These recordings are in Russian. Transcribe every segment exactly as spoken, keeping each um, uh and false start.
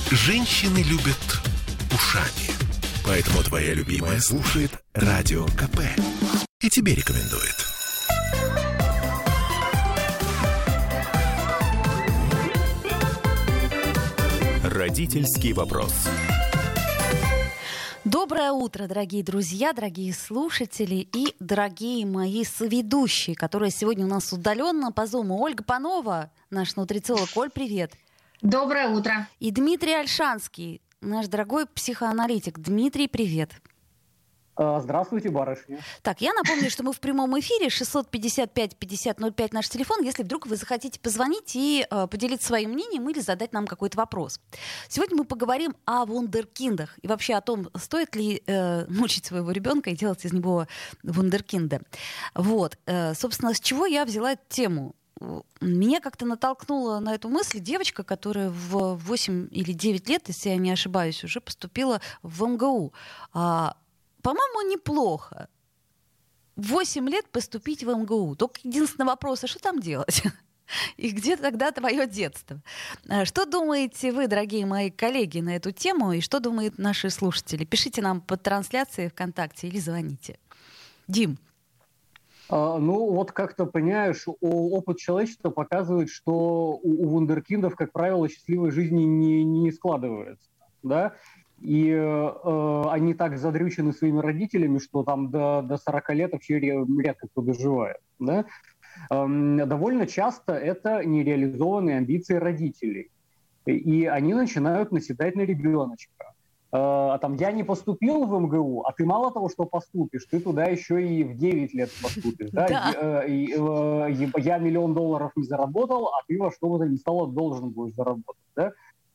Женщины любят ушами. Поэтому твоя любимая слушает Радио КП. И тебе рекомендует. Родительский вопрос. Доброе утро, дорогие друзья, дорогие слушатели и дорогие мои соведущие, которые сегодня у нас удаленно по Зуму. Ольга Панова, наш нутрициолог. Оль, привет. Доброе утро. И Дмитрий Ольшанский, наш дорогой психоаналитик. Дмитрий, привет. Здравствуйте, барышня. Так, я напомню, что мы в прямом эфире. шестьсот пятьдесят пять пятьдесят ноль пять наш телефон. Если вдруг вы захотите позвонить и э, поделиться своим мнением или задать нам какой-то вопрос. Сегодня мы поговорим о вундеркиндах и вообще о том, стоит ли э, мучить своего ребенка и делать из него вундеркинда. Вот, э, собственно, с чего я взяла эту тему? Меня как-то натолкнула на эту мысль девочка, которая в восемь или девять лет, если я не ошибаюсь, уже поступила в эм гэ у. А, по-моему, неплохо. В восемь лет поступить в эм гэ у. Только единственный вопрос, а что там делать? И где тогда твое детство? Что думаете вы, дорогие мои коллеги, на эту тему? И что думают наши слушатели? Пишите нам под трансляцией ВКонтакте или звоните. Дим. Ну, вот как-то, понимаешь, опыт человечества показывает, что у вундеркиндов, как правило, счастливой жизни не, не складывается, да, и э, они так задрючены своими родителями, что там до, до сорока лет вообще редко кто доживает, да. Э, довольно часто это нереализованные амбиции родителей, и они начинают наседать на ребеночка. А там я не поступил в эм гэ у, а ты мало того, что поступишь, ты туда еще и в девять лет поступишь. Да? Да. Я миллион долларов не заработал, а ты во что бы то ни стало должен будешь заработать. Да?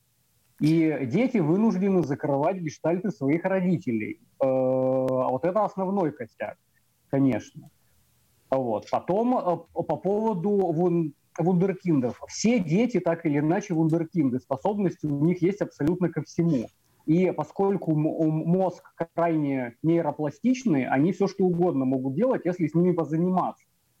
И дети вынуждены закрывать гештальты своих родителей. А вот это основной костяк, конечно. Вот. Потом по поводу вундеркиндов. Все дети так или иначе вундеркинды. Способности у них есть абсолютно ко всему. И поскольку мозг крайне нейропластичный, они все что угодно могут делать, если с ними позаниматься.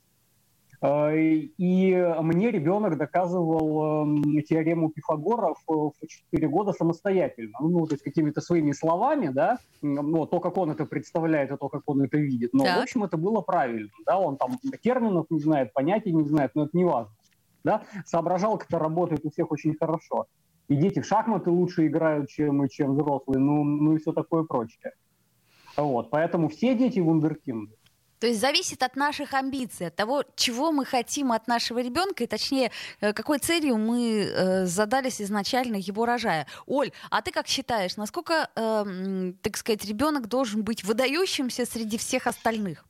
И мне ребенок доказывал теорему Пифагора в четыре года самостоятельно. Ну, то есть какими-то своими словами, да, ну, то, как он это представляет, и то, как он это видит. Но, так. В общем, это было правильно. Да? Он там терминов не знает, понятий не знает, но это не важно. Да? Соображал, как это работает у всех очень хорошо. И дети в шахматы лучше играют, чем, чем взрослые, ну, ну и все такое прочее. Вот, поэтому все дети вундеркинды. То есть зависит от наших амбиций, от того, чего мы хотим от нашего ребенка, и точнее, какой целью мы э, задались изначально его рожая. Оль, а ты как считаешь, насколько, э, так сказать, ребенок должен быть выдающимся среди всех остальных?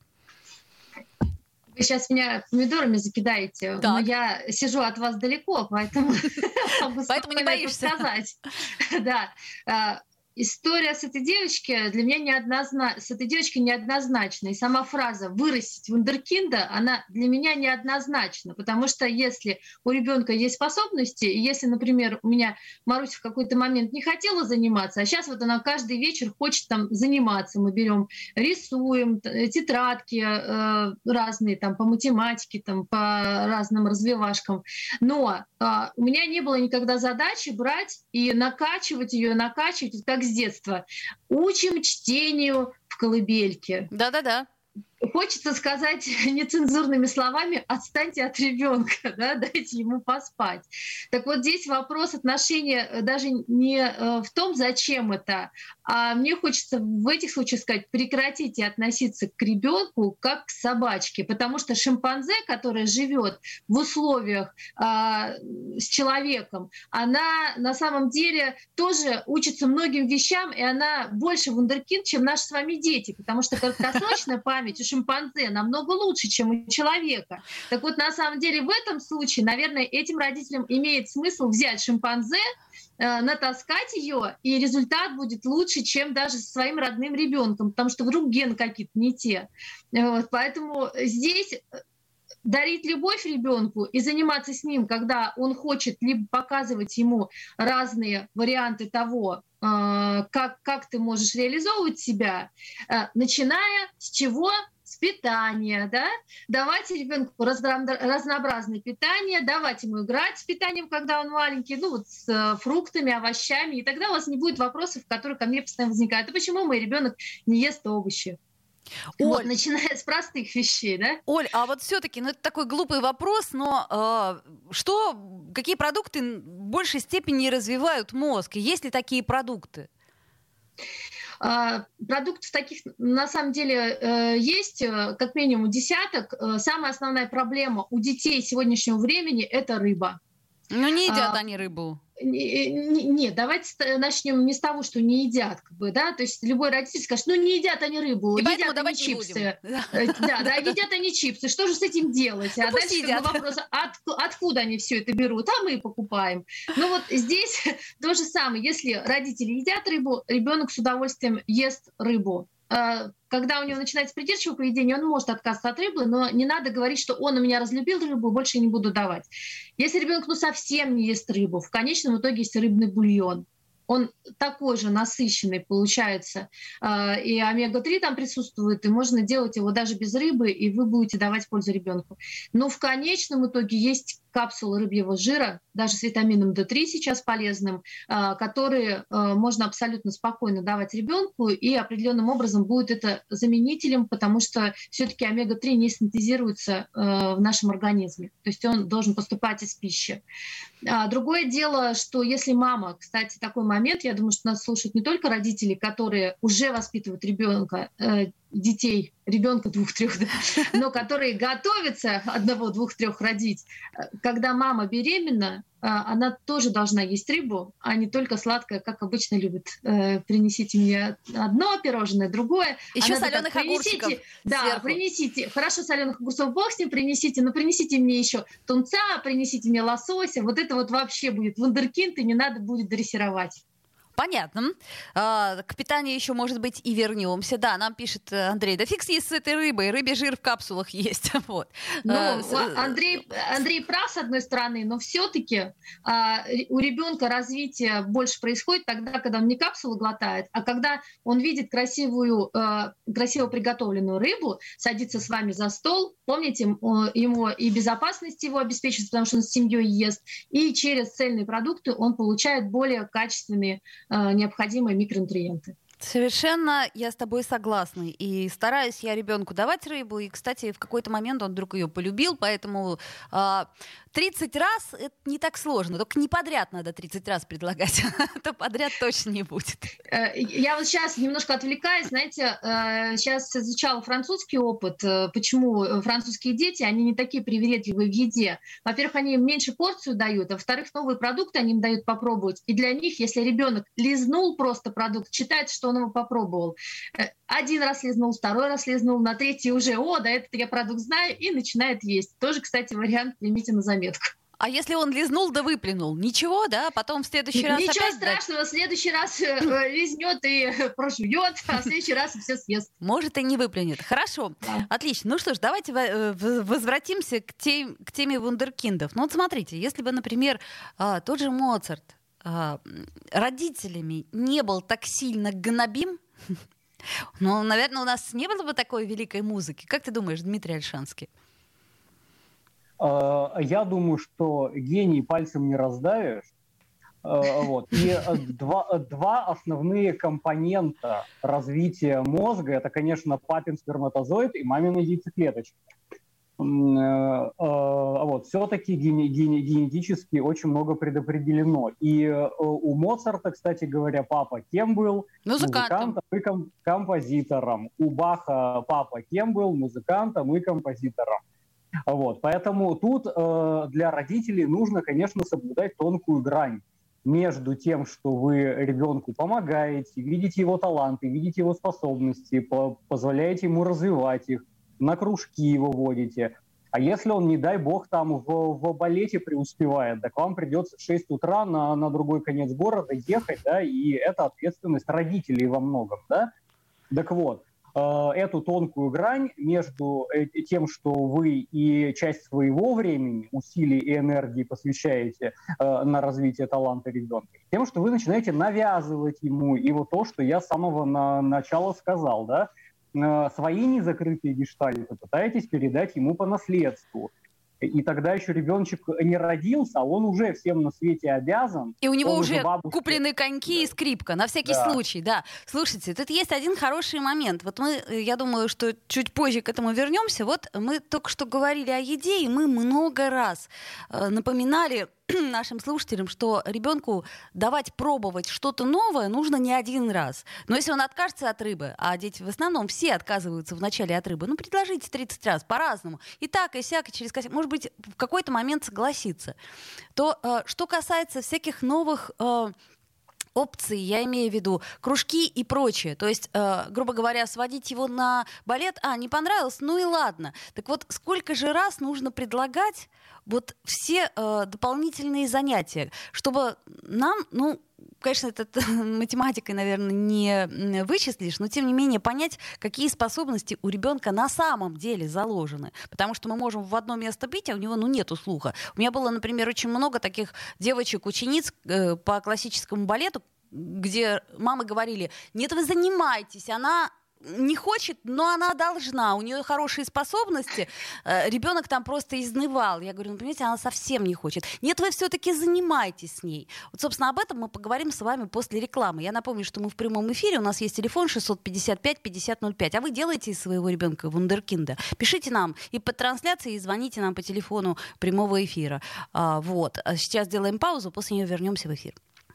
Вы сейчас меня помидорами закидаете, так. Но я сижу от вас далеко, поэтому могу не боишься сказать. Да. История с этой девочкой для меня неоднозначна, с этой девочкой неоднозначна. И сама фраза «вырастить вундеркинда», она для меня неоднозначна. Потому что если у ребенка есть способности, и если, например, у меня Маруся в какой-то момент не хотела заниматься, а сейчас вот она каждый вечер хочет там заниматься. Мы берем, рисуем, тетрадки э, разные там по математике, там по разным развивашкам. Но э, у меня не было никогда задачи брать и накачивать ее, накачивать, как с детства. Учим чтению в колыбельке. Да-да-да. Хочется сказать нецензурными словами: отстаньте от ребенка, да, дайте ему поспать. Так вот здесь вопрос отношения даже не в том, зачем это, а мне хочется в этих случаях сказать: прекратите относиться к ребенку как к собачке, потому что шимпанзе, которая живет в условиях а, с человеком, она на самом деле тоже учится многим вещам, и она больше вундеркинд, чем наши с вами дети, потому что краткосрочная память у шимпанзе намного лучше, чем у человека. Так вот, на самом деле, в этом случае, наверное, этим родителям имеет смысл взять шимпанзе, э, натаскать ее, и результат будет лучше, чем даже со своим родным ребенком, потому что вдруг гены какие-то не те. Вот, поэтому здесь дарить любовь ребенку и заниматься с ним, когда он хочет, либо показывать ему разные варианты того, как, как ты можешь реализовывать себя, начиная с чего? С с питания, да, давать ребенку разнообразное питание, давать ему играть с питанием, когда он маленький, ну вот с фруктами, овощами, и тогда у вас не будет вопросов, которые ко мне постоянно возникают. А почему мой ребенок не ест овощи? Оль, вот, начиная с простых вещей, да? Оль, а вот все-таки, ну это такой глупый вопрос, но э, что, какие продукты в большей степени развивают мозг? Есть ли такие продукты? Продуктов таких на самом деле есть как минимум десяток. Самая основная проблема у детей сегодняшнего времени – это рыба. Ну не едят а, они рыбу. Нет, давайте начнем не с того, что не едят, как бы, да, то есть любой родитель скажет, ну не едят они рыбу, и едят они чипсы. Да, да, едят они чипсы, что же с этим делать? А дальше как бы вопрос, от, откуда они все это берут, а мы и покупаем. Ну вот здесь то же самое, если родители едят рыбу, ребенок с удовольствием ест рыбу. Когда у него начинается придирчивое поведение, он может отказаться от рыбы, но не надо говорить, что он у меня разлюбил рыбу, больше не буду давать. Если ребенок ну, совсем не ест рыбу, в конечном итоге есть рыбный бульон. Он такой же насыщенный получается, и омега три там присутствует, и можно делать его даже без рыбы, и вы будете давать пользу ребенку. Но в конечном итоге есть капсулы рыбьего жира, даже с витамином дэ три сейчас полезным, которые можно абсолютно спокойно давать ребенку, и определенным образом будет это заменителем, потому что все-таки омега три не синтезируется в нашем организме, то есть он должен поступать из пищи. Другое дело, что если мама, кстати, такой момент, я думаю, что нас слушают не только родители, которые уже воспитывают ребенка, детей, ребенка двух-трех, да, но которые готовятся одного, двух, трех родить. Когда мама беременна, она тоже должна есть рыбу, а не только сладкое, как обычно любят. Принесите мне одно пирожное, другое. Еще соленых огурчиков. Да, сверху. Принесите. Хорошо, соленых огурцов, бог с ним, принесите, но принесите мне еще тунца, принесите мне лосося. Вот это вот вообще будет вундеркинд, и не надо будет дрессировать. Понятно. А, к питанию еще, может быть, и вернемся. Да, нам пишет Андрей, да фиг съесть с этой рыбой, рыбий жир в капсулах есть. Вот. Ну, а, Андрей, Андрей прав, с одной стороны, но все-таки а, у ребенка развитие больше происходит тогда, когда он не капсулу глотает, а когда он видит красивую, а, красиво приготовленную рыбу, садится с вами за стол, помните, ему и безопасность его обеспечивается, потому что он с семьей ест, и через цельные продукты он получает более качественные необходимые микронутриенты. Совершенно я с тобой согласна. И стараюсь я ребенку давать рыбу. И, кстати, в какой-то момент он вдруг ее полюбил, поэтому э, тридцать раз это не так сложно. Только не подряд надо тридцать раз предлагать. То подряд точно не будет. Я вот сейчас немножко отвлекаюсь. Знаете, сейчас изучала французский опыт. Почему французские дети, они не такие привередливые в еде. Во-первых, они им меньше порцию дают, а во-вторых, новые продукты они им дают попробовать. И для них, если ребенок лизнул просто продукт, считает, что он его попробовал. Один раз лизнул, второй раз лизнул, на третий уже, о, да, этот я продукт знаю, и начинает есть. Тоже, кстати, вариант примите на заметку. А если он лизнул да выплюнул? Ничего, да? Потом в следующий раз Ничего опять страшного, дать? В следующий раз э, лизнет и прожует, а в следующий раз все съест. Может, и не выплюнет. Хорошо, да. Отлично. Ну что ж, давайте возвратимся к, тем, к теме вундеркиндов. Ну вот смотрите, если бы, например, тот же Моцарт родителями не был так сильно гнобим, ну, наверное, у нас не было бы такой великой музыки. Как ты думаешь, Дмитрий Ольшанский? Я думаю, что гений пальцем не раздавишь. Вот. И два, два основные компонента развития мозга — это, конечно, папин сперматозоид и мамина яйцеклеточка. Вот. Все-таки гене, гене, генетически очень много предопределено. И у Моцарта, кстати говоря, папа кем был? Музыкантом. Музыкантом и ком- композитором. У Баха папа кем был? Музыкантом и композитором. Вот. Поэтому тут э, для родителей нужно, конечно, соблюдать тонкую грань между тем, что вы ребенку помогаете, видите его таланты, видите его способности, по- позволяете ему развивать их, на кружки его водите. А если он, не дай бог, там в, в балете преуспевает, так вам придется в шесть утра на, на другой конец города ехать, да, и это ответственность родителей во многом, да. Так вот, э, эту тонкую грань между тем, что вы и часть своего времени, усилий и энергии посвящаете э, на развитие таланта ребенка, тем, что вы начинаете навязывать ему и вот то, что я с самого на, начала сказал, да. свои незакрытые гештальты пытаетесь передать ему по наследству. И тогда еще ребеночек не родился, а он уже всем на свете обязан. И у него он уже бабушке... куплены коньки, да, и скрипка, на всякий да. случай, да. Слушайте, тут есть один хороший момент. Вот мы, я думаю, что чуть позже к этому вернемся. Вот мы только что говорили о еде, и мы много раз э, напоминали нашим слушателям, что ребенку давать пробовать что-то новое нужно не один раз. Но если он откажется от рыбы, а дети в основном все отказываются вначале от рыбы, ну, предложите тридцать раз по-разному. И так, и сяк, и через косяк. Может быть, в какой-то момент согласиться. То, э, что касается всяких новых... Э, опции, я имею в виду кружки и прочее. То есть, э, грубо говоря, сводить его на балет, а, не понравилось, ну и ладно. Так вот, сколько же раз нужно предлагать вот все э, дополнительные занятия, чтобы нам, ну, конечно, это математикой, наверное, не вычислишь, но тем не менее понять, какие способности у ребенка на самом деле заложены. Потому что мы можем в одно место бить, а у него, ну, нету слуха. У меня было, например, очень много таких девочек-учениц э, по классическому балету, где мамы говорили: нет, вы занимайтесь, она не хочет, но она должна, у нее хорошие способности, э, ребенок там просто изнывал. Я говорю, ну, понимаете, она совсем не хочет. Нет, вы все-таки занимайтесь с ней. Вот, собственно, об этом мы поговорим с вами после рекламы. Я напомню, что мы в прямом эфире, у нас есть телефон шестьсот пятьдесят пять пятьдесят ноль пять, а вы делаете из своего ребенка вундеркинда. Пишите нам и по трансляции, и звоните нам по телефону прямого эфира. А, вот. А сейчас делаем паузу, после нее вернемся в эфир.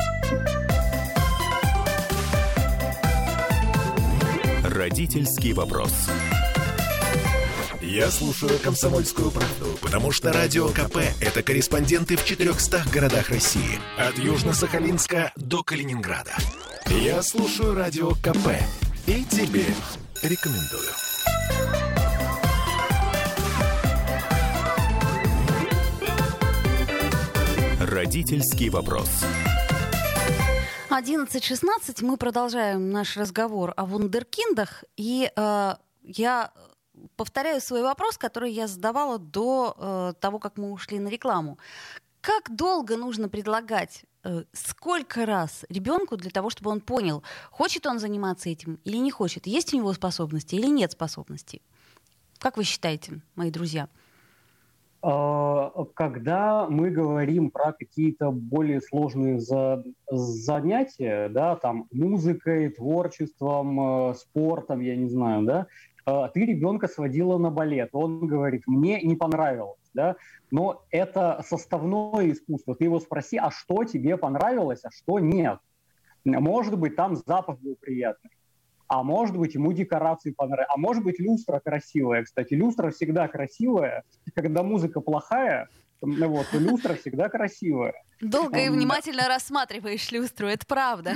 Родительский вопрос. Я слушаю «Комсомольскую правду», потому что Радио КП – это корреспонденты в четырехстах городах России. От Южно-Сахалинска до Калининграда. Я слушаю Радио КП и тебе рекомендую. Родительский вопрос. одиннадцать шестнадцать, мы продолжаем наш разговор о вундеркиндах, и э, я повторяю свой вопрос, который я задавала до э, того, как мы ушли на рекламу. Как долго нужно предлагать, э, сколько раз ребенку для того, чтобы он понял, хочет он заниматься этим или не хочет, есть у него способности или нет способностей? Как вы считаете, мои друзья? Когда мы говорим про какие-то более сложные за, занятия, да, там музыкой, творчеством, спортом, я не знаю, да, ты ребенка сводила на балет, он говорит, мне не понравилось, да, но это составное искусство. Ты его спроси, а что тебе понравилось, а что нет. Может быть, там запах был приятный. А может быть, ему декорации понравились. А может быть, люстра красивая. Кстати, люстра всегда красивая. Когда музыка плохая, вот, то люстра всегда красивая. Долго и внимательно рассматриваешь люстру, это правда.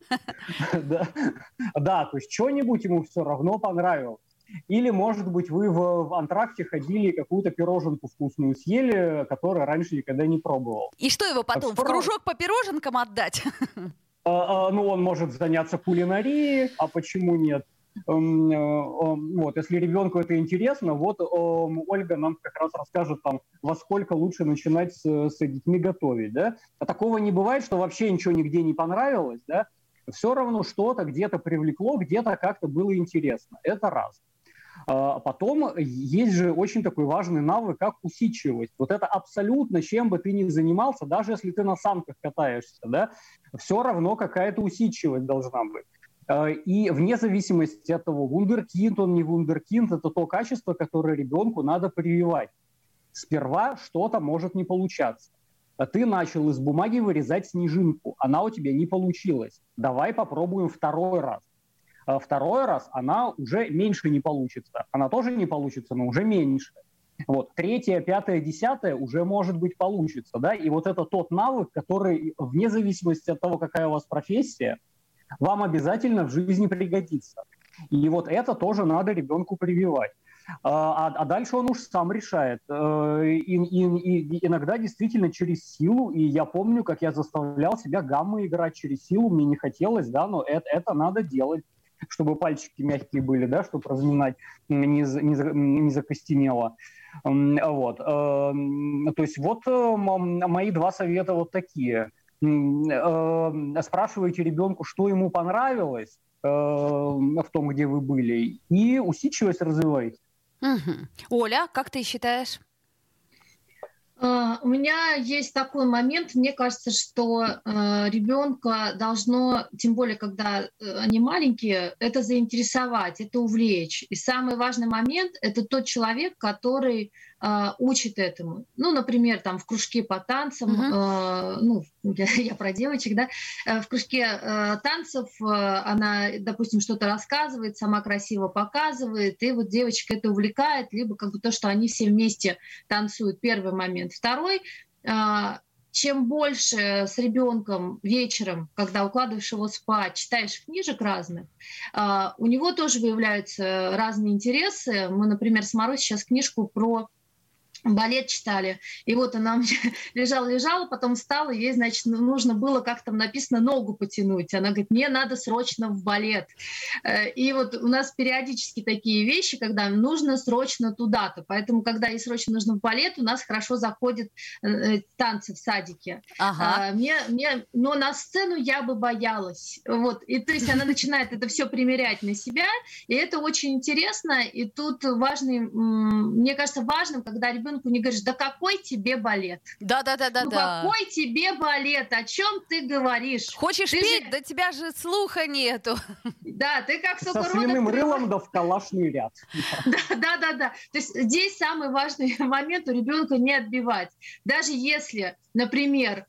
Да, то есть что-нибудь ему все равно понравилось. Или, может быть, вы в антракте ходили, какую-то пироженку вкусную съели, которую раньше никогда не пробовал. И что его потом, в кружок по пироженкам отдать? Ну, он может заняться кулинарией, а почему нет? Вот, если ребенку это интересно, вот Ольга нам как раз расскажет, там, во сколько лучше начинать с, с детьми готовить, да? А такого не бывает, что вообще ничего нигде не понравилось, да? Все равно что-то где-то привлекло, где-то как-то было интересно. Это раз. Потом есть же очень такой важный навык, как усидчивость. Вот это абсолютно, чем бы ты ни занимался, даже если ты на санках катаешься, да, все равно какая-то усидчивость должна быть. И вне зависимости от того, вундеркинд он, не вундеркинд, это то качество, которое ребенку надо прививать. Сперва что-то может не получаться. Ты начал из бумаги вырезать снежинку, она у тебя не получилась. Давай попробуем второй раз. Второй раз она уже меньше не получится. Она тоже не получится, но уже меньше. Вот. Третье, пятое, десятое уже, может быть, получится. Да? И вот это тот навык, который, вне зависимости от того, какая у вас профессия, вам обязательно в жизни пригодится. И вот это тоже надо ребенку прививать. А, а дальше он уж сам решает. И, и, и иногда действительно через силу. И я помню, как я заставлял себя гаммы играть через силу. Мне не хотелось, да, но это, это надо делать, чтобы пальчики мягкие были, да, чтобы разминать, не, не, не закостенело. Вот. То есть вот мои два совета вот такие. спрашиваете ребенку, что ему понравилось в том, где вы были, и усидчивость развиваете. Угу. Оля, как ты считаешь? У меня есть такой момент, мне кажется, что э, ребенка должно, тем более, когда они маленькие, это заинтересовать, это увлечь. И самый важный момент — это тот человек, который э, учит этому. Ну, например, там в кружке по танцам, uh-huh. э, ну, я, я про девочек, да, в кружке э, танцев э, она, допустим, что-то рассказывает, сама красиво показывает, и вот девочка это увлекает, либо как бы то, что они все вместе танцуют, первый момент. Второй, чем больше с ребенком вечером, когда укладываешь его спать, читаешь книжек разных, у него тоже выявляются разные интересы. Мы, например, с Марусей сейчас книжку про балет читали, и вот она лежала-лежала, потом встала, ей, значит, нужно было, как там написано, ногу потянуть. Она говорит, мне надо срочно в балет. И вот у нас периодически такие вещи, когда нужно срочно туда-то. Поэтому, когда ей срочно нужно в балет, у нас хорошо заходят танцы в садике. Ага. Мне, мне, но на сцену я бы боялась. Вот. И то есть она начинает это все примерять на себя, и это очень интересно. И тут важный, мне кажется, важным, когда ребенок не говоришь, да какой тебе балет? Да-да-да-да. Ну какой тебе балет? О чем ты говоришь? Хочешь ты петь? Же... Да тебя же слуха нету. Да, ты как со свиным рылом да в калашный ряд. Да-да-да. То есть здесь самый важный момент у ребенка не отбивать. Даже если, например,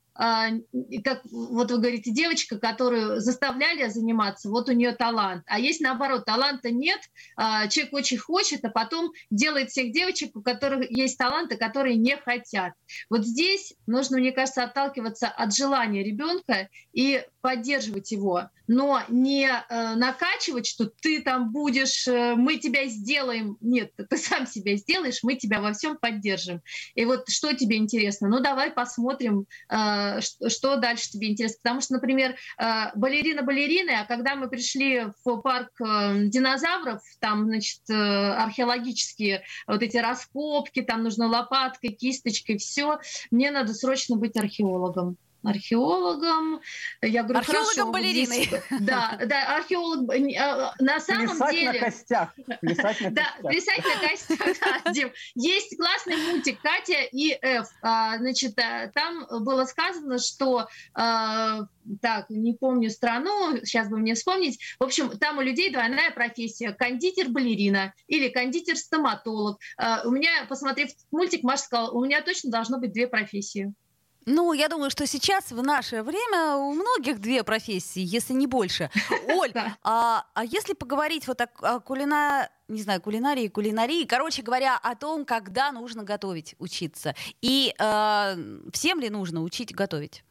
как вот вы говорите, девочка, которую заставляли заниматься, вот у нее талант. А есть наоборот, таланта нет, человек очень хочет, а потом делает всех девочек, у которых есть таланты, которые не хотят. Вот здесь нужно, мне кажется, отталкиваться от желания ребенка и поддерживать его, но не э, накачивать, что ты там будешь, э, мы тебя сделаем. Нет, ты сам себя сделаешь, мы тебя во всем поддержим. И вот что тебе интересно? Ну, давай посмотрим, э, что, что дальше тебе интересно. Потому что, например, э, балерина балерины, а когда мы пришли в парк э, динозавров, там, значит, э, археологические вот эти раскопки, там нужно лопаткой, кисточкой, все. Мне надо срочно быть археологом. Археологом, я говорю, археологом балериной. Да, да, археолог. На самом плясать деле. На костях. Плясать на да, костях. плясать на костях. Да, Дим. Есть классный мультик Катя и Эф. Значит, там было сказано, что так, не помню страну, сейчас бы мне вспомнить. В общем, там у людей двойная профессия. Кондитер-балерина или кондитер-стоматолог. У меня, посмотрев мультик, Маша сказала, у меня точно должно быть две профессии. Ну, я думаю, что сейчас, в наше время, у многих две профессии, если не больше. Оль, а, а если поговорить вот о, о кулина... не знаю, кулинарии, кулинарии, короче говоря, о том, когда нужно готовить, учиться. И э, всем ли нужно учить готовить?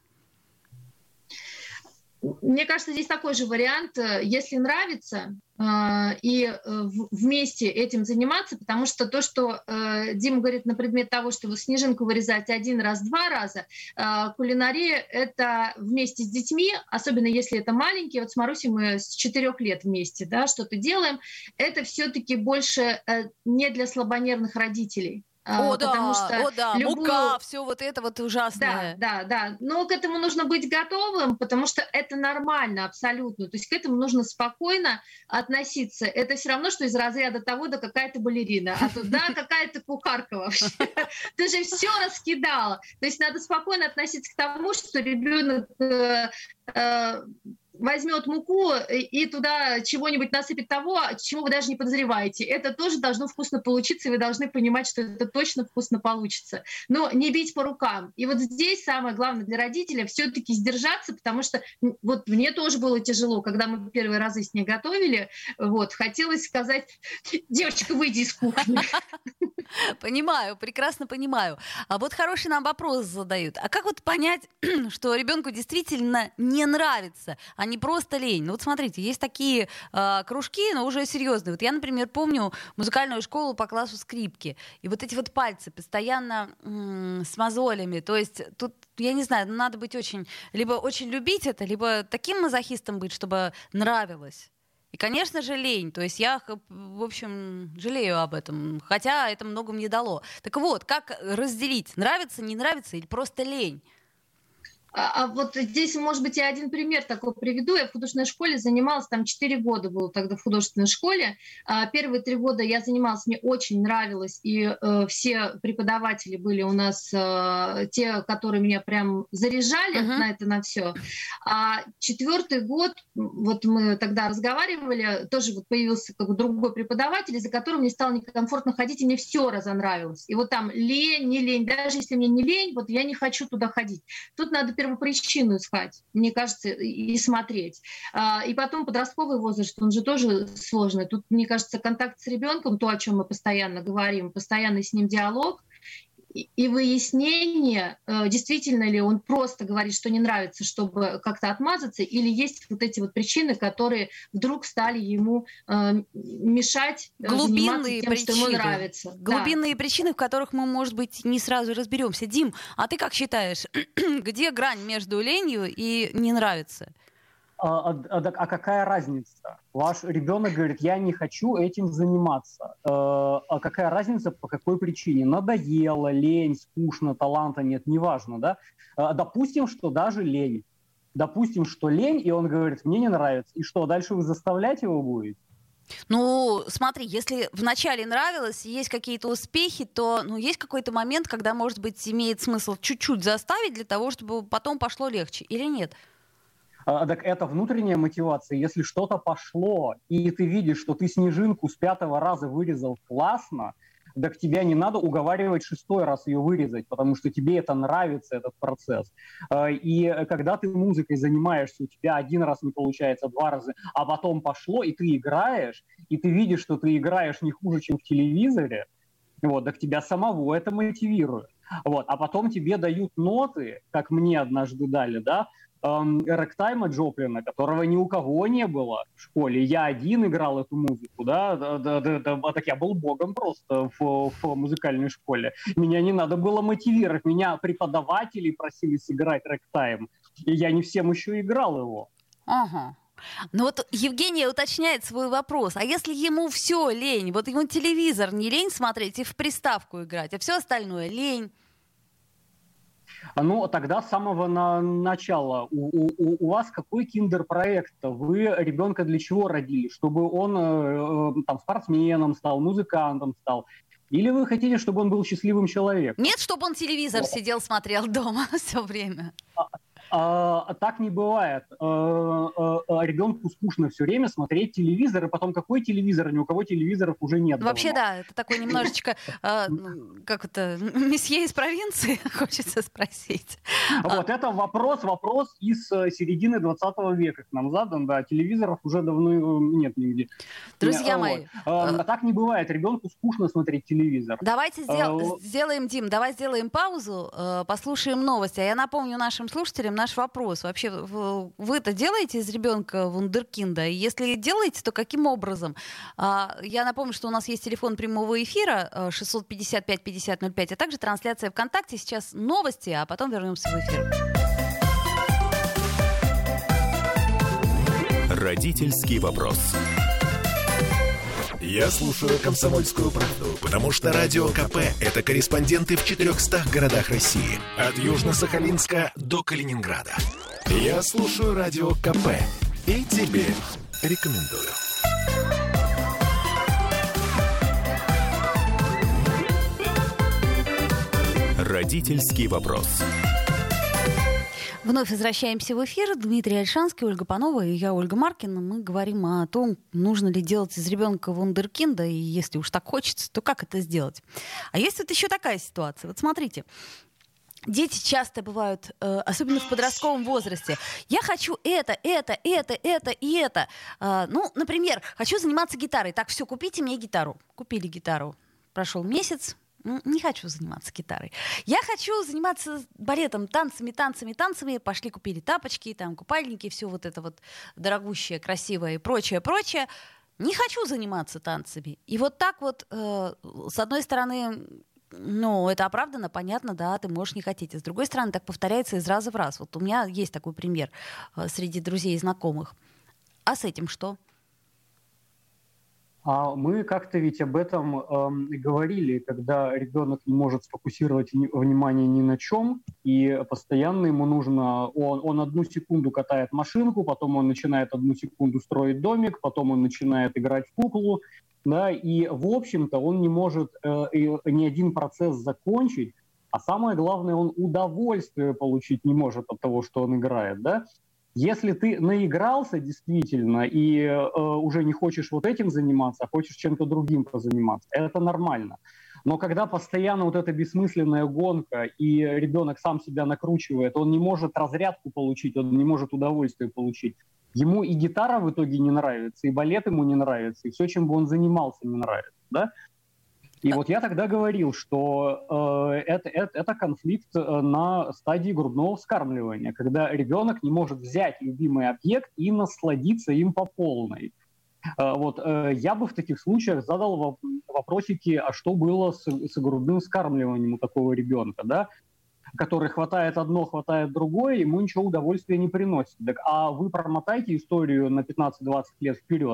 Мне кажется, здесь такой же вариант, если нравится, и вместе этим заниматься, потому что то, что Дима говорит на предмет того, что снежинку вырезать один раз, два раза, кулинария — это вместе с детьми, особенно если это маленькие, вот с Марусей мы с четырех лет вместе, да, что-то делаем, это все-таки больше не для слабонервных родителей. О, потому да, что о, да, любую... мука, все вот это вот ужасное. Да, да, да. Но к этому нужно быть готовым, потому что это нормально абсолютно. То есть к этому нужно спокойно относиться. Это все равно, что из разряда того, да какая-то балерина, а то да какая-то кухарка вообще. Ты же все раскидала. То есть надо спокойно относиться к тому, что ребенок возьмет муку и туда чего-нибудь насыпет того, чего вы даже не подозреваете. Это тоже должно вкусно получиться, и вы должны понимать, что это точно вкусно получится. Но не бить по рукам. И вот здесь самое главное для родителя все-таки сдержаться, потому что вот мне тоже было тяжело, когда мы первые разы с ней готовили. Вот, хотелось сказать, девочка, выйди из кухни. Понимаю, прекрасно понимаю. А вот хороший нам вопрос задают. А как вот понять, что ребенку действительно не нравится, а не просто лень? Ну вот смотрите, есть такие э, кружки, но уже серьезные. Вот я, например, помню музыкальную школу по классу скрипки. И вот эти вот пальцы постоянно м- с мозолями. То есть тут, я не знаю, надо быть очень... Либо очень любить это, либо таким мазохистом быть, чтобы нравилось. И, конечно же, лень. То есть я, в общем, жалею об этом. Хотя это много мне дало. Так вот, как разделить? Нравится, не нравится или просто лень? А, а вот здесь, может быть, я один пример такой приведу. Я в художественной школе занималась, там четыре года было тогда в художественной школе. А, первые три года я занималась, мне очень нравилось, и э, все преподаватели были у нас э, те, которые меня прям заряжали uh-huh. на это, на все. А четвертый год, вот мы тогда разговаривали, тоже вот появился как бы другой преподаватель, из-за которого мне стало некомфортно ходить, и мне все разонравилось. И вот там лень, не лень, даже если мне не лень, вот я не хочу туда ходить. Тут надо первопричину искать, мне кажется, и смотреть. И потом подростковый возраст, он же тоже сложный. Тут, мне кажется, контакт с ребенком, то, о чем мы постоянно говорим, постоянный с ним диалог и выяснение, действительно ли он просто говорит, что не нравится, чтобы как-то отмазаться, или есть вот эти вот причины, которые вдруг стали ему мешать глубинные заниматься тем, причины. что ему нравится. Глубинные да. причины, в которых мы, может быть, не сразу разберемся. Дим, а ты как считаешь, где грань между ленью и не нравится? А, а, а какая разница? Ваш ребенок говорит, я не хочу этим заниматься. А какая разница, по какой причине? Надоело, лень, скучно, таланта нет, неважно, да? Допустим, что даже лень. Допустим, что лень, и он говорит, мне не нравится. И что, дальше вы заставлять его будете? Ну, смотри, если вначале нравилось, есть какие-то успехи, то ну, есть какой-то момент, когда, может быть, имеет смысл чуть-чуть заставить для того, чтобы потом пошло легче, или нет? А, так это внутренняя мотивация. Если что-то пошло, и ты видишь, что ты снежинку с пятого раза вырезал классно, так тебя не надо уговаривать шестой раз ее вырезать, потому что тебе это нравится, этот процесс. И когда ты музыкой занимаешься, у тебя один раз не получается, два раза, а потом пошло, и ты играешь, и ты видишь, что ты играешь не хуже, чем в телевизоре, вот, так тебя самого это мотивирует. Вот. А потом тебе дают ноты, как мне однажды дали, да, рэктайма Джоплина, которого ни у кого не было в школе. Я один играл эту музыку, да, да, да, да, да, так я был богом просто в, в музыкальной школе. Меня не надо было мотивировать, меня преподаватели просили сыграть рэктайм, и я не всем еще играл его. Ага. Ну вот Евгения уточняет свой вопрос. А если ему все лень, вот ему телевизор не лень смотреть и в приставку играть, а все остальное лень? Ну, тогда с самого на начала у, у, у вас какой киндер-проект? Вы ребенка для чего родили? Чтобы он э, там спортсменом стал, музыкантом стал? Или вы хотите, чтобы он был счастливым человеком? Нет, чтобы он телевизор сидел, смотрел дома все время. А, так не бывает. А, а, ребенку скучно все время смотреть телевизор, и потом какой телевизор? Ни у кого телевизоров уже нет. Вообще, давно. да, это такой немножечко, как это, месье из провинции, хочется спросить. Вот это вопрос, вопрос из середины двадцатого века к нам задан, да, телевизоров уже давно нет нигде. Друзья мои. А так не бывает, ребенку скучно смотреть телевизор. Давайте сделаем, Дим, давай сделаем паузу, послушаем новости. А я напомню нашим слушателям наш вопрос. Вообще, вы-то делаете из ребенка вундеркинда? И если делаете, то каким образом? Я напомню, что у нас есть телефон прямого эфира шестьсот пятьдесят пять пятьдесят ноль пять, а также трансляция ВКонтакте. Сейчас новости, а потом вернемся в эфир. Родительский вопрос. Я слушаю «Комсомольскую правду», потому что Радио КП – это корреспонденты в четырехстах городах России. От Южно-Сахалинска до Калининграда. Я слушаю Радио КП и тебе рекомендую. Родительский вопрос. Вновь возвращаемся в эфир. Дмитрий Ольшанский, Ольга Панова и я, Ольга Маркина. Мы говорим о том, нужно ли делать из ребенка вундеркинда, и если уж так хочется, то как это сделать. А есть вот еще такая ситуация. Вот смотрите. Дети часто бывают, э, особенно в подростковом возрасте. Я хочу это, это, это, это и это. Э, ну, например, хочу заниматься гитарой. Так, все, купите мне гитару. Купили гитару. Прошел месяц. Не хочу заниматься гитарой. Я хочу заниматься балетом, танцами, танцами, танцами. Пошли, купили тапочки, там, купальники, все вот это вот дорогущее, красивое и прочее, прочее. Не хочу заниматься танцами. И вот так вот, э, с одной стороны, ну, это оправдано, понятно, да, ты можешь не хотеть. А с другой стороны, так повторяется из раза в раз. Вот у меня есть такой пример э, среди друзей и знакомых. А с этим что? А мы как-то ведь об этом эм, говорили, когда ребенок не может сфокусировать ни, внимание ни на чем, и постоянно ему нужно, он, он одну секунду катает машинку, потом он начинает одну секунду строить домик, потом он начинает играть в куклу, да, и в общем-то он не может э, ни один процесс закончить, а самое главное, он удовольствие получить не может от того, что он играет, да. Если ты наигрался действительно и э, уже не хочешь вот этим заниматься, а хочешь чем-то другим позаниматься, это нормально. Но когда постоянно вот эта бессмысленная гонка, и ребенок сам себя накручивает, он не может разрядку получить, он не может удовольствие получить. Ему и гитара в итоге не нравится, и балет ему не нравится, и все, чем бы он занимался, не нравится, да? И вот я тогда говорил, что э, это, это, это конфликт на стадии грудного вскармливания, когда ребенок не может взять любимый объект и насладиться им по полной. Э, вот, э, я бы в таких случаях задал вопросики, а что было с, с грудным вскармливанием у такого ребенка, да? Который хватает одно, хватает другое, ему ничего удовольствия не приносит. Так, а вы промотайте историю на пятнадцать-двадцать лет вперед,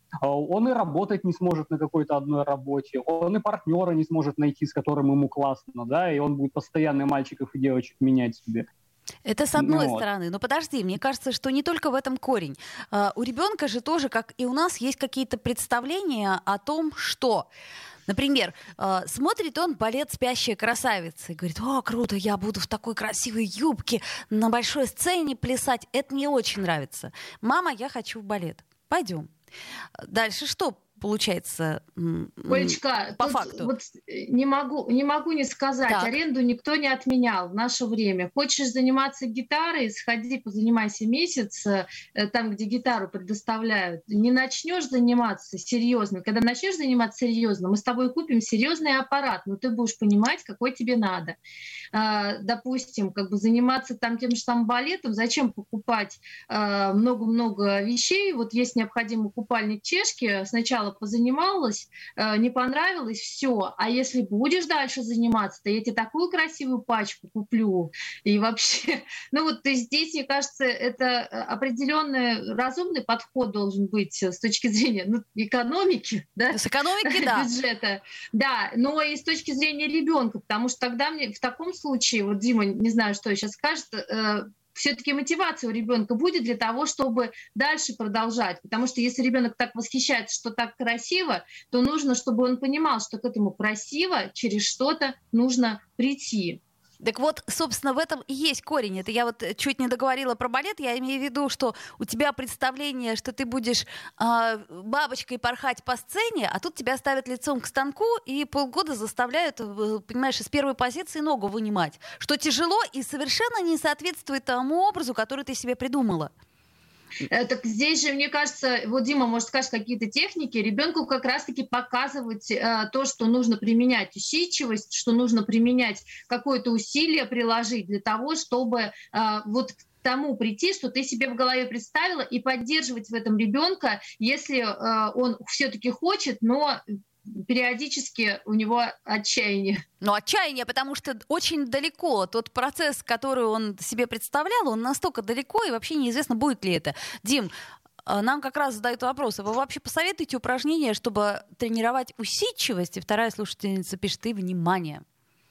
он и работать не сможет на какой-то одной работе, он и партнера не сможет найти, с которым ему классно, да, и он будет постоянно мальчиков и девочек менять себе. Это с одной вот. стороны. Но подожди, мне кажется, что не только в этом корень. Uh, у ребенка же тоже, как и у нас, есть какие-то представления о том, что... Например, э, смотрит он балет «Спящая красавица» и говорит: «О, круто, я буду в такой красивой юбке на большой сцене плясать. Это мне очень нравится. Мама, я хочу в балет. Пойдем». Дальше что получается Олечка, по факту? Вот не могу, не могу не сказать. Так. Аренду никто не отменял в наше время. Хочешь заниматься гитарой, сходи, позанимайся месяц там, где гитару предоставляют. Не начнешь заниматься серьезно. Когда начнешь заниматься серьезно, мы с тобой купим серьезный аппарат, но ты будешь понимать, какой тебе надо. Допустим, как бы заниматься там тем же самым балетом, зачем покупать много-много вещей? Вот есть необходимый купальник чешки, сначала позанималась, не понравилось, все. А если будешь дальше заниматься, то я тебе такую красивую пачку куплю. И вообще, ну вот то здесь, мне кажется, это определенный разумный подход должен быть с точки зрения ну, экономики, да? С экономики, да. Бюджета. Да, но и с точки зрения ребенка, потому что тогда мне в таком случае, вот Дима, не знаю, что сейчас скажет, все-таки мотивация у ребенка будет для того, чтобы дальше продолжать. Потому что если ребенок так восхищается, что так красиво, то нужно, чтобы он понимал, что к этому красиво через что-то нужно прийти. Так вот, собственно, в этом и есть корень. Это я вот чуть не договорила про балет. Я имею в виду, что у тебя представление, что ты будешь э, бабочкой порхать по сцене, а тут тебя ставят лицом к станку и полгода заставляют, понимаешь, из первой позиции ногу вынимать. Что тяжело и совершенно не соответствует тому образу, который ты себе придумала. Так здесь же, мне кажется, вот Дима может сказать какие-то техники, ребенку как раз-таки показывать э, то, что нужно применять усидчивость, что нужно применять какое-то усилие приложить для того, чтобы э, вот к тому прийти, что ты себе в голове представила, и поддерживать в этом ребенка, если э, он все-таки хочет, но периодически у него отчаяние. Ну, отчаяние, потому что очень далеко. Тот процесс, который он себе представлял, он настолько далеко, и вообще неизвестно, будет ли это. Дим, нам как раз задают вопрос. Вы вообще посоветуете упражнения, чтобы тренировать усидчивость? И вторая слушательница пишет: и внимание.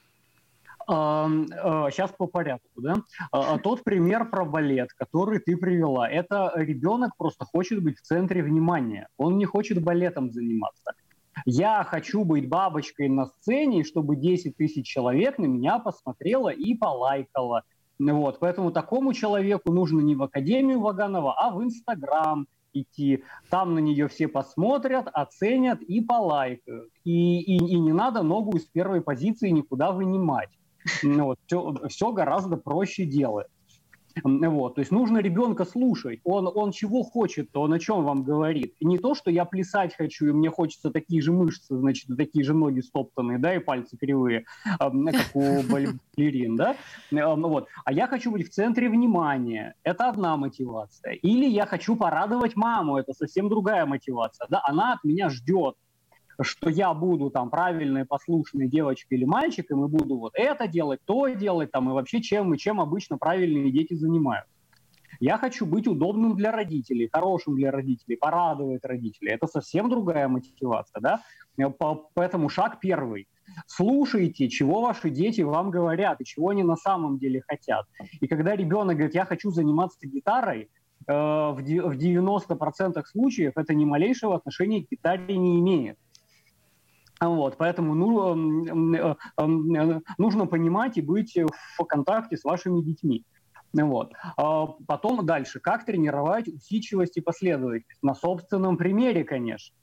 Сейчас по порядку, да? Тот пример про балет, который ты привела, это ребенок просто хочет быть в центре внимания. Он не хочет балетом заниматься. Я хочу быть бабочкой на сцене, чтобы десять тысяч человек на меня посмотрело и полайкало. Вот. Поэтому такому человеку нужно не в Академию Ваганова, а в Инстаграм идти. Там на нее все посмотрят, оценят и полайкают. И, и, и не надо ногу из первой позиции никуда вынимать. Вот. Все, все гораздо проще делать. Вот, то есть нужно ребенка слушать. Он, он чего хочет, то он о чем вам говорит. И не то, что я плясать хочу, и мне хочется такие же мышцы, значит, такие же ноги стоптанные, да, и пальцы кривые, как у балерин, да. Вот. А я хочу быть в центре внимания. Это одна мотивация. Или я хочу порадовать маму. Это совсем другая мотивация. Да? Она от меня ждет, что я буду там правильной, послушной девочкой или мальчиком, и буду вот это делать, то делать, там, и вообще чем, и чем обычно правильные дети занимаются. Я хочу быть удобным для родителей, хорошим для родителей, порадовать родителей. Это совсем другая мотивация, да? Поэтому шаг первый. Слушайте, чего ваши дети вам говорят и чего они на самом деле хотят. И когда ребенок говорит, я хочу заниматься гитарой, э, в девяноста процентах случаев это ни малейшего отношения к гитаре не имеет. Вот, поэтому ну, нужно понимать и быть в контакте с вашими детьми. Вот. Потом дальше. Как тренировать усидчивость и последовательность? На собственном примере, конечно.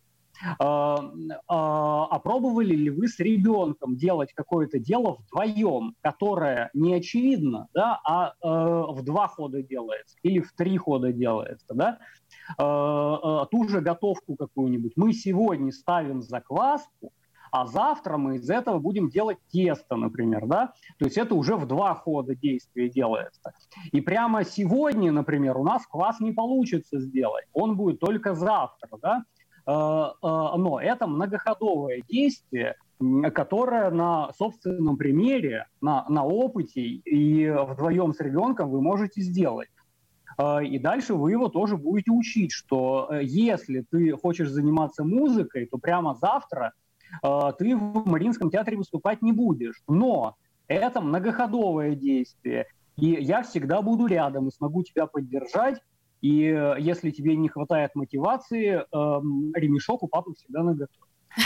А пробовали ли вы с ребенком делать какое-то дело вдвоем, которое не очевидно, да, а в два хода делается или в три хода делается, да? Ту же готовку какую-нибудь мы сегодня ставим закваску, а завтра мы из этого будем делать тесто, например, да? То есть это уже в два хода действия делается. И прямо сегодня, например, у нас квас не получится сделать, он будет только завтра, да? Но это многоходовое действие, которое на собственном примере, на, на опыте и вдвоем с ребенком вы можете сделать. И дальше вы его тоже будете учить, что если ты хочешь заниматься музыкой, то прямо завтра ты в Мариинском театре выступать не будешь. Но это многоходовое действие, и я всегда буду рядом и смогу тебя поддержать. И если тебе не хватает мотивации, ремешок у папы всегда наготове.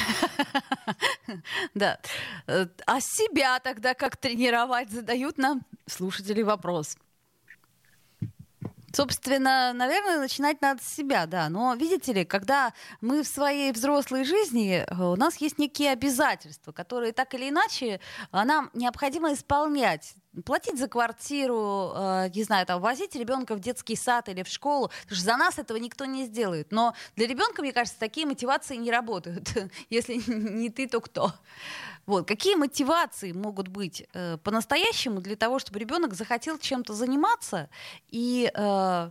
Да. А себя тогда как тренировать? Задают нам слушатели вопрос. Собственно, наверное, начинать надо с себя, да. Но, видите ли, когда мы в своей взрослой жизни, у нас есть некие обязательства, которые так или иначе нам необходимо исполнять. Платить за квартиру, э, не знаю, там, возить ребенка в детский сад или в школу. Потому что за нас этого никто не сделает. Но для ребенка, мне кажется, такие мотивации не работают. Если не ты, то кто? Вот. Какие мотивации могут быть э, по-настоящему для того, чтобы ребенок захотел чем-то заниматься и э,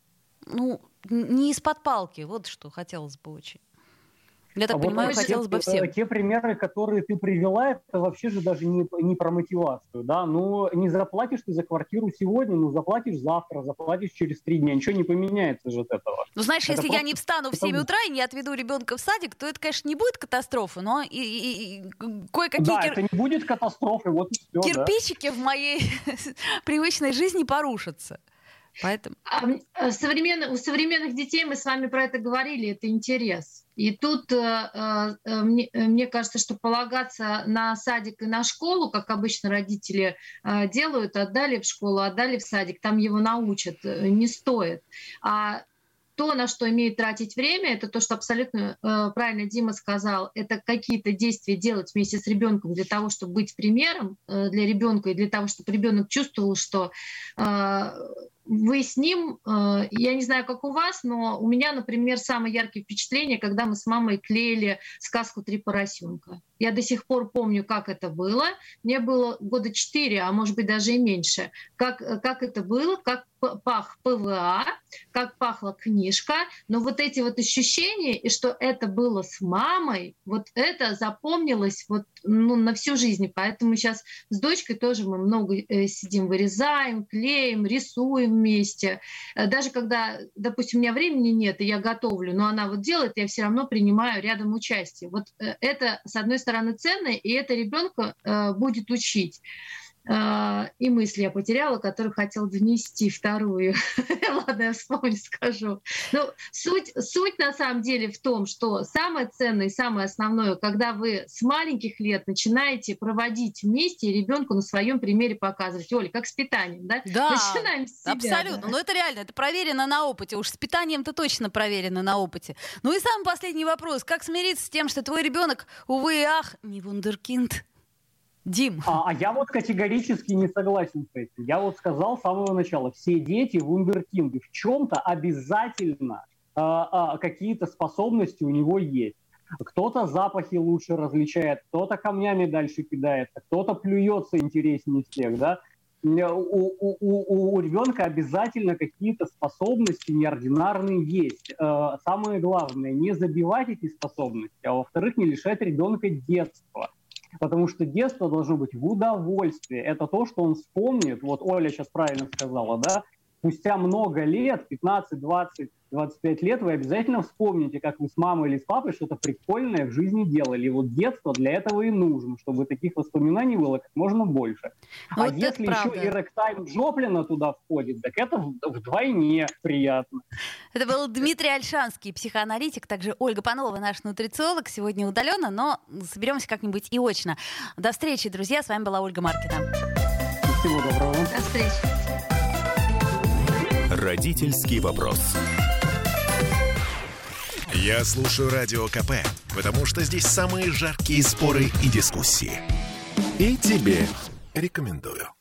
ну, не из-под палки? Вот что хотелось бы очень. Я так а понимаю, вот хотелось те, бы всем. Те примеры, которые ты привела, это вообще же даже не, не про мотивацию. Да? Ну, не заплатишь ты за квартиру сегодня, ну, заплатишь завтра, заплатишь через три дня. Ничего не поменяется же от этого. Ну, знаешь, это если просто... я не встану в семь утра и не отведу ребенка в садик, то это, конечно, не будет катастрофы, но и, и, и кое-какие... Да, кир... это не будет катастрофы, вот и все. Кирпичики да? в моей привычной жизни порушатся. Поэтому... Современных, у современных детей, мы с вами про это говорили, это интерес. И тут э, э, мне, мне кажется, что полагаться на садик и на школу, как обычно родители э, делают, отдали в школу, отдали в садик, там его научат, э, не стоит. А то, на что имеет тратить время, это то, что абсолютно э, правильно Дима сказал, это какие-то действия делать вместе с ребенком для того, чтобы быть примером э, для ребенка и для того, чтобы ребенок чувствовал, что э, вы с ним, э, я не знаю, как у вас, но у меня, например, самое яркое впечатление, когда мы с мамой клеили сказку «Три поросенка». Я до сих пор помню, как это было. Мне было года четыре, а может быть даже и меньше. Как, как это было, как пах ПВА, как пахла книжка. Но вот эти вот ощущения, и что это было с мамой, вот это запомнилось вот, ну, на всю жизнь. Поэтому сейчас с дочкой тоже мы много э, сидим, вырезаем, клеим, рисуем вместе. Даже когда, допустим, у меня времени нет, и я готовлю, но она вот делает, я все равно принимаю рядом участие. Вот э, это, с одной стороны, стороны ценное, и это ребенка э, будет учить. Э, и мысль я потеряла, которую хотела донести, вторую. Ладно, я вспомню, скажу. Но суть, суть на самом деле в том, что самое ценное и самое основное, когда вы с маленьких лет начинаете проводить вместе и ребенку на своем примере показывать. Оля, как с питанием, да? Да, начинаем с себя, абсолютно. Да. Но это реально, это проверено на опыте. Уж с питанием-то точно проверено на опыте. Ну и самый последний вопрос. Как смириться с тем, что твой ребенок, увы и ах, не вундеркинд? Дим. А, а я вот категорически не согласен с этим. Я вот сказал с самого начала, все дети вундеркинды. В чем-то обязательно а, а, какие-то способности у него есть. Кто-то запахи лучше различает, кто-то камнями дальше кидает, кто-то плюется интереснее всех, да. У, у, у, у ребенка обязательно какие-то способности неординарные есть. Самое главное, не забивать эти способности, а во-вторых, не лишать ребенка детства. Потому что детство должно быть в удовольствии. Это то, что он вспомнит. Вот Оля сейчас правильно сказала, да? спустя много лет, пятнадцать, двадцать, двадцать пять лет, вы обязательно вспомните, как вы с мамой или с папой что-то прикольное в жизни делали. И вот детство для этого и нужно, чтобы таких воспоминаний было как можно больше. Ну, а вот если еще и рэгтайм Джоплина туда входит, так это вдвойне приятно. Это был Дмитрий Ольшанский, психоаналитик, также Ольга Панова, наш нутрициолог, сегодня удаленно, но соберемся как-нибудь и очно. До встречи, друзья, с вами была Ольга Маркина. Всего доброго. До встречи. Родительский вопрос. Я слушаю Радио КП, потому что здесь самые жаркие споры и дискуссии. И тебе рекомендую.